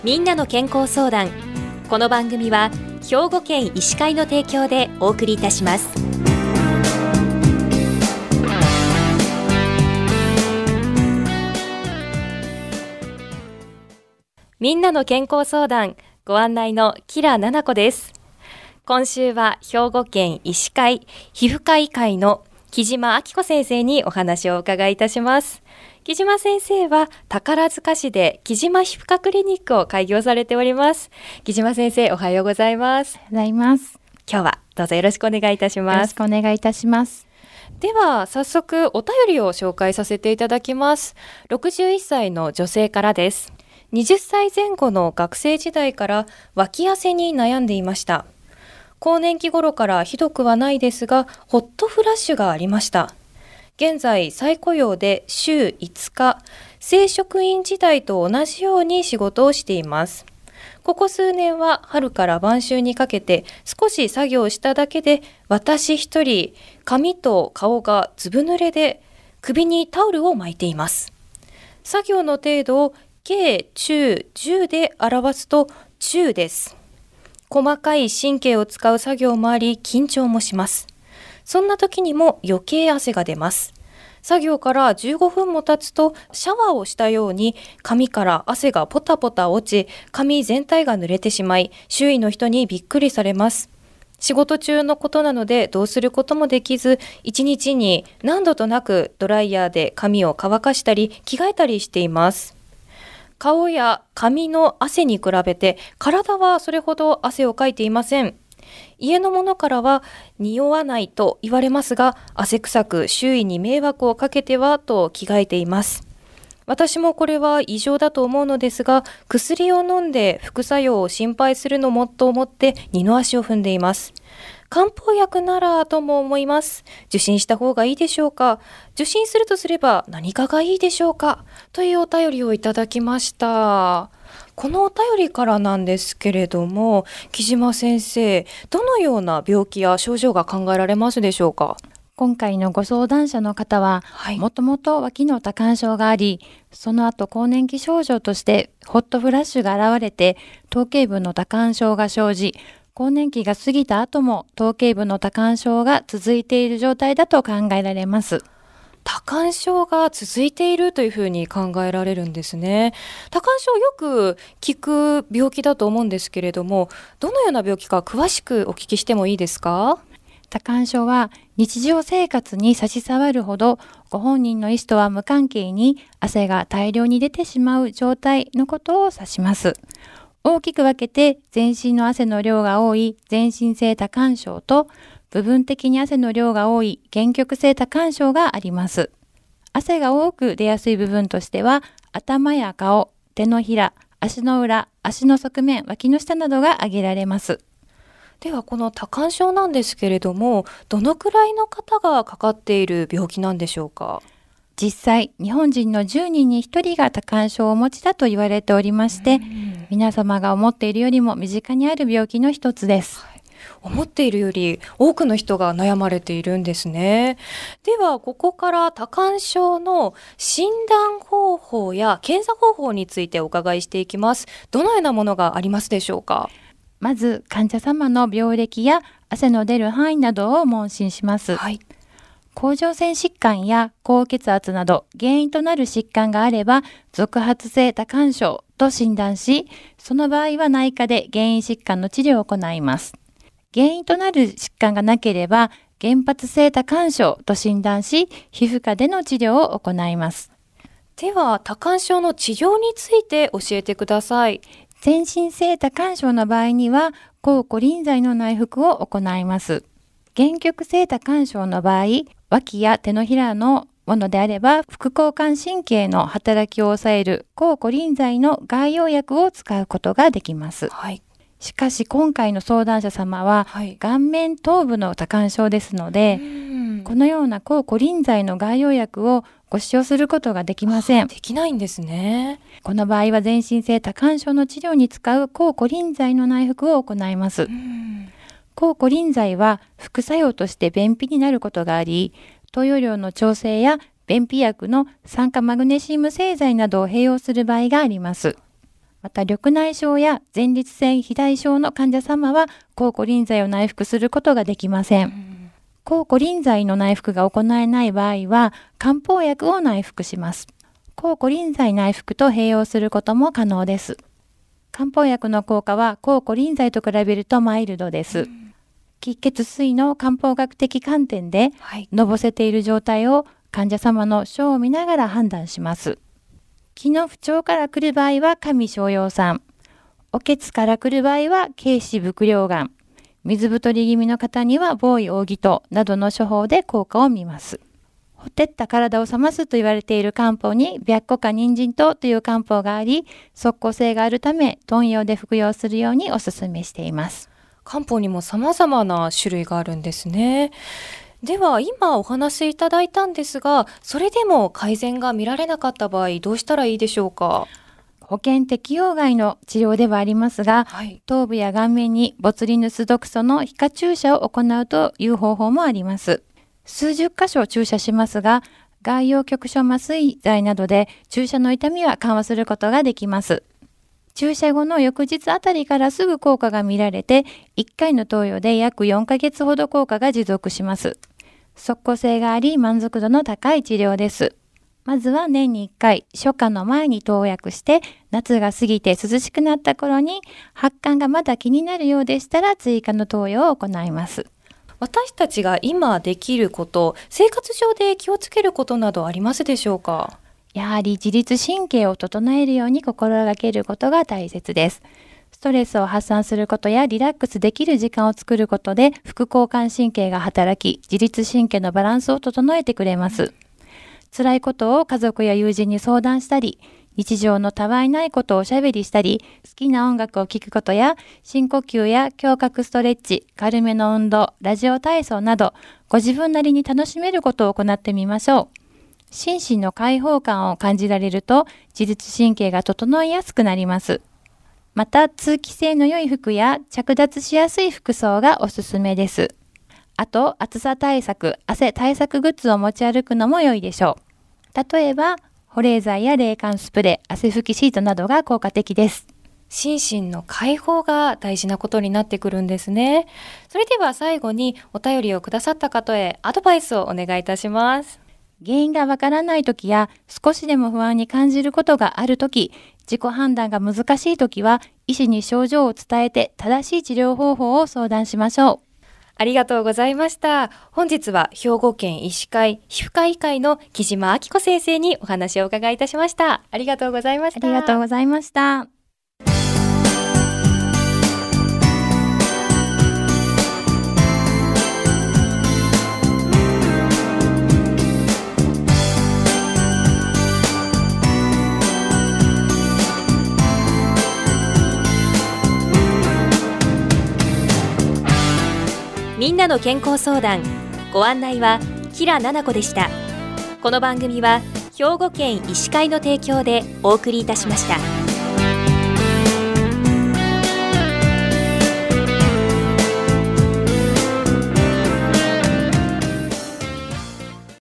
みんなの健康相談。この番組は兵庫県医師会の提供でお送りいたします。みんなの健康相談、ご案内の吉良奈々子です。今週は兵庫県医師会皮膚科医会の木島明子先生にお話をお伺いいたします。木島先生は宝塚市で木島皮膚科クリニックを開業されております。木島先生、おはようございます。 おはようございます。 今日はどうぞよろしくお願いいたします。 よろしくお願いいたします。 では早速お便りを紹介させていただきます。61歳の女性からです。20歳前後の学生時代から脇汗に悩んでいました。更年期頃からひどくはないですが、ホットフラッシュがありました。現在再雇用で週5日、正職員時代と同じように仕事をしています。ここ数年は春から晩秋にかけて少し作業しただけで、私一人髪と顔がずぶ濡れで首にタオルを巻いています。作業の程度を軽中重で表すと中です。細かい神経を使う作業もあり緊張もします。そんな時にも余計汗が出ます。作業から15分も経つとシャワーをしたように髪から汗がポタポタ落ち、髪全体が濡れてしまい、周囲の人にびっくりされます。仕事中のことなのでどうすることもできず、1日に何度となくドライヤーで髪を乾かしたり着替えたりしています。顔や髪の汗に比べて体はそれほど汗をかいていません。家の者からは匂わないと言われますが、汗臭く周囲に迷惑をかけてはと着替えています。私もこれは異常だと思うのですが、薬を飲んで副作用を心配するのもと思って二の足を踏んでいます。漢方薬ならとも思います。受診した方がいいでしょうか。受診するとすれば何かがいいでしょうか、というお便りをいただきました。このお便りからなんですけれども、木島先生、どのような病気や症状が考えられますでしょうか。 今回のご相談者の方は、もともと脇の多汗症があり、その後更年期症状としてホットフラッシュが現れて頭頸部の多汗症が生じ、更年期が過ぎた後も頭頸部の多汗症が続いている状態だと考えられます。 多汗症が続いているというふうに考えられるんですね。多汗症よく聞く病気だと思うんですけれども、どのような病気か詳しくお聞きしてもいいですか。 多汗症は日常生活に差し障るほどご本人の意思とは無関係に汗が大量に出てしまう状態のことを指します。大きく分けて全身の汗の量が多い全身性多汗症と部分的に汗の量が多い限局性多汗症があります。汗が多く出やすい部分としては頭や顔、手のひら、足の裏、足の側面、脇の下などが挙げられます。 ではこの多汗症なんですけれども、どのくらいの方がかかっている病気なんでしょうか。 実際日本人の10人に1人が多汗症をお持ちだと言われておりまして、皆様が思っているよりも身近にある病気の一つです。 思っているより多くの人が悩まれているんですね。ではここから多汗症の診断方法や検査方法についてお伺いしていきます。どのようなものがありますでしょうか。 まず患者様の病歴や汗の出る範囲などを問診します。甲状腺疾患や高血圧など原因となる疾患があれば続発性多汗症と診断し、その場合は内科で原因疾患の治療を行います。原因となる疾患がなければ原発性多汗症と診断し、皮膚科での治療を行います。 では多汗症の治療について教えてください。 全身性多汗症の場合には抗コリン剤の内服を行います。限局性多汗症の場合、脇や手のひらのものであれば副交感神経の働きを抑える抗コリン剤の外用薬を使うことができます。しかし今回の相談者様は、顔面頭部の多汗症ですので、このような抗コリン剤の外用薬をご使用することができません。 できないんですね。 この場合は全身性多汗症の治療に使う抗コリン剤の内服を行います。抗コリン剤は副作用として便秘になることがあり、投与量の調整や便秘薬の酸化マグネシウム製剤などを併用する場合があります。 また緑内障や前立腺肥大症の患者様は抗コリン剤を内服することができません。抗コリン剤の内服が行えない場合は漢方薬を内服します。抗コリン剤内服と併用することも可能です。漢方薬の効果は抗コリン剤と比べるとマイルドです。気血水の漢方学的観点で、のぼせている状態を患者様の症を見ながら判断します。気の不調から来る場合は上昇葉酸、おけつから来る場合は軽視伏量丸、水太り気味の方には防衛奥義湯などの処方で効果を見ます。ほてった体を冷ますと言われている漢方に白虎か人参湯という漢方があり、即効性があるため豚葉で服用するようにお勧めしています。 漢方にも様々な種類があるんですね。では今お話しいただいたんですが、それでも改善が見られなかった場合どうしたらいいでしょうか？ 保険適用外の治療ではありますが、頭部や顔面にボツリヌス毒素の皮下注射を行うという方法もあります。数十箇所注射しますが、外用局所麻酔剤などで注射の痛みは緩和することができます。注射後の翌日あたりからすぐ効果が見られて、1回の投与で約4ヶ月ほど効果が持続します。即効性があり満足度の高い治療です。まずは年に1回、初夏の前に投薬して、夏が過ぎて涼しくなった頃に発汗がまだ気になるようでしたら追加の投与を行います。 私たちが今できること、生活上で気をつけることなどありますでしょうか？ やはり自律神経を整えるように心がけることが大切です。ストレスを発散することやリラックスできる時間を作ることで副交感神経が働き、自律神経のバランスを整えてくれます。辛いことを家族や友人に相談したり、日常のたわいないことをおしゃべりしたり、好きな音楽を聴くことや、深呼吸や胸郭ストレッチ、軽めの運動、ラジオ体操など、ご自分なりに楽しめることを行ってみましょう。心身の解放感を感じられると、自律神経が整いやすくなります。また、通気性の良い服や着脱しやすい服装がおすすめです。あと、暑さ対策、汗対策グッズを持ち歩くのも良いでしょう。例えば、保冷剤や冷感スプレー、汗拭きシートなどが効果的です。 心身の解放が大事なことになってくるんですね。それでは最後にお便りをくださった方へアドバイスをお願いいたします。 原因がわからないときや少しでも不安に感じることがあるとき、自己判断が難しいときは医師に症状を伝えて正しい治療方法を相談しましょう。 ありがとうございました。本日は兵庫県医師会皮膚科医会の木島明子先生にお話をお伺いいたしました。ありがとうございました。 ありがとうございました。 みんなの健康相談、ご案内はキラナナコでした。この番組は兵庫県医師会の提供でお送りいたしました。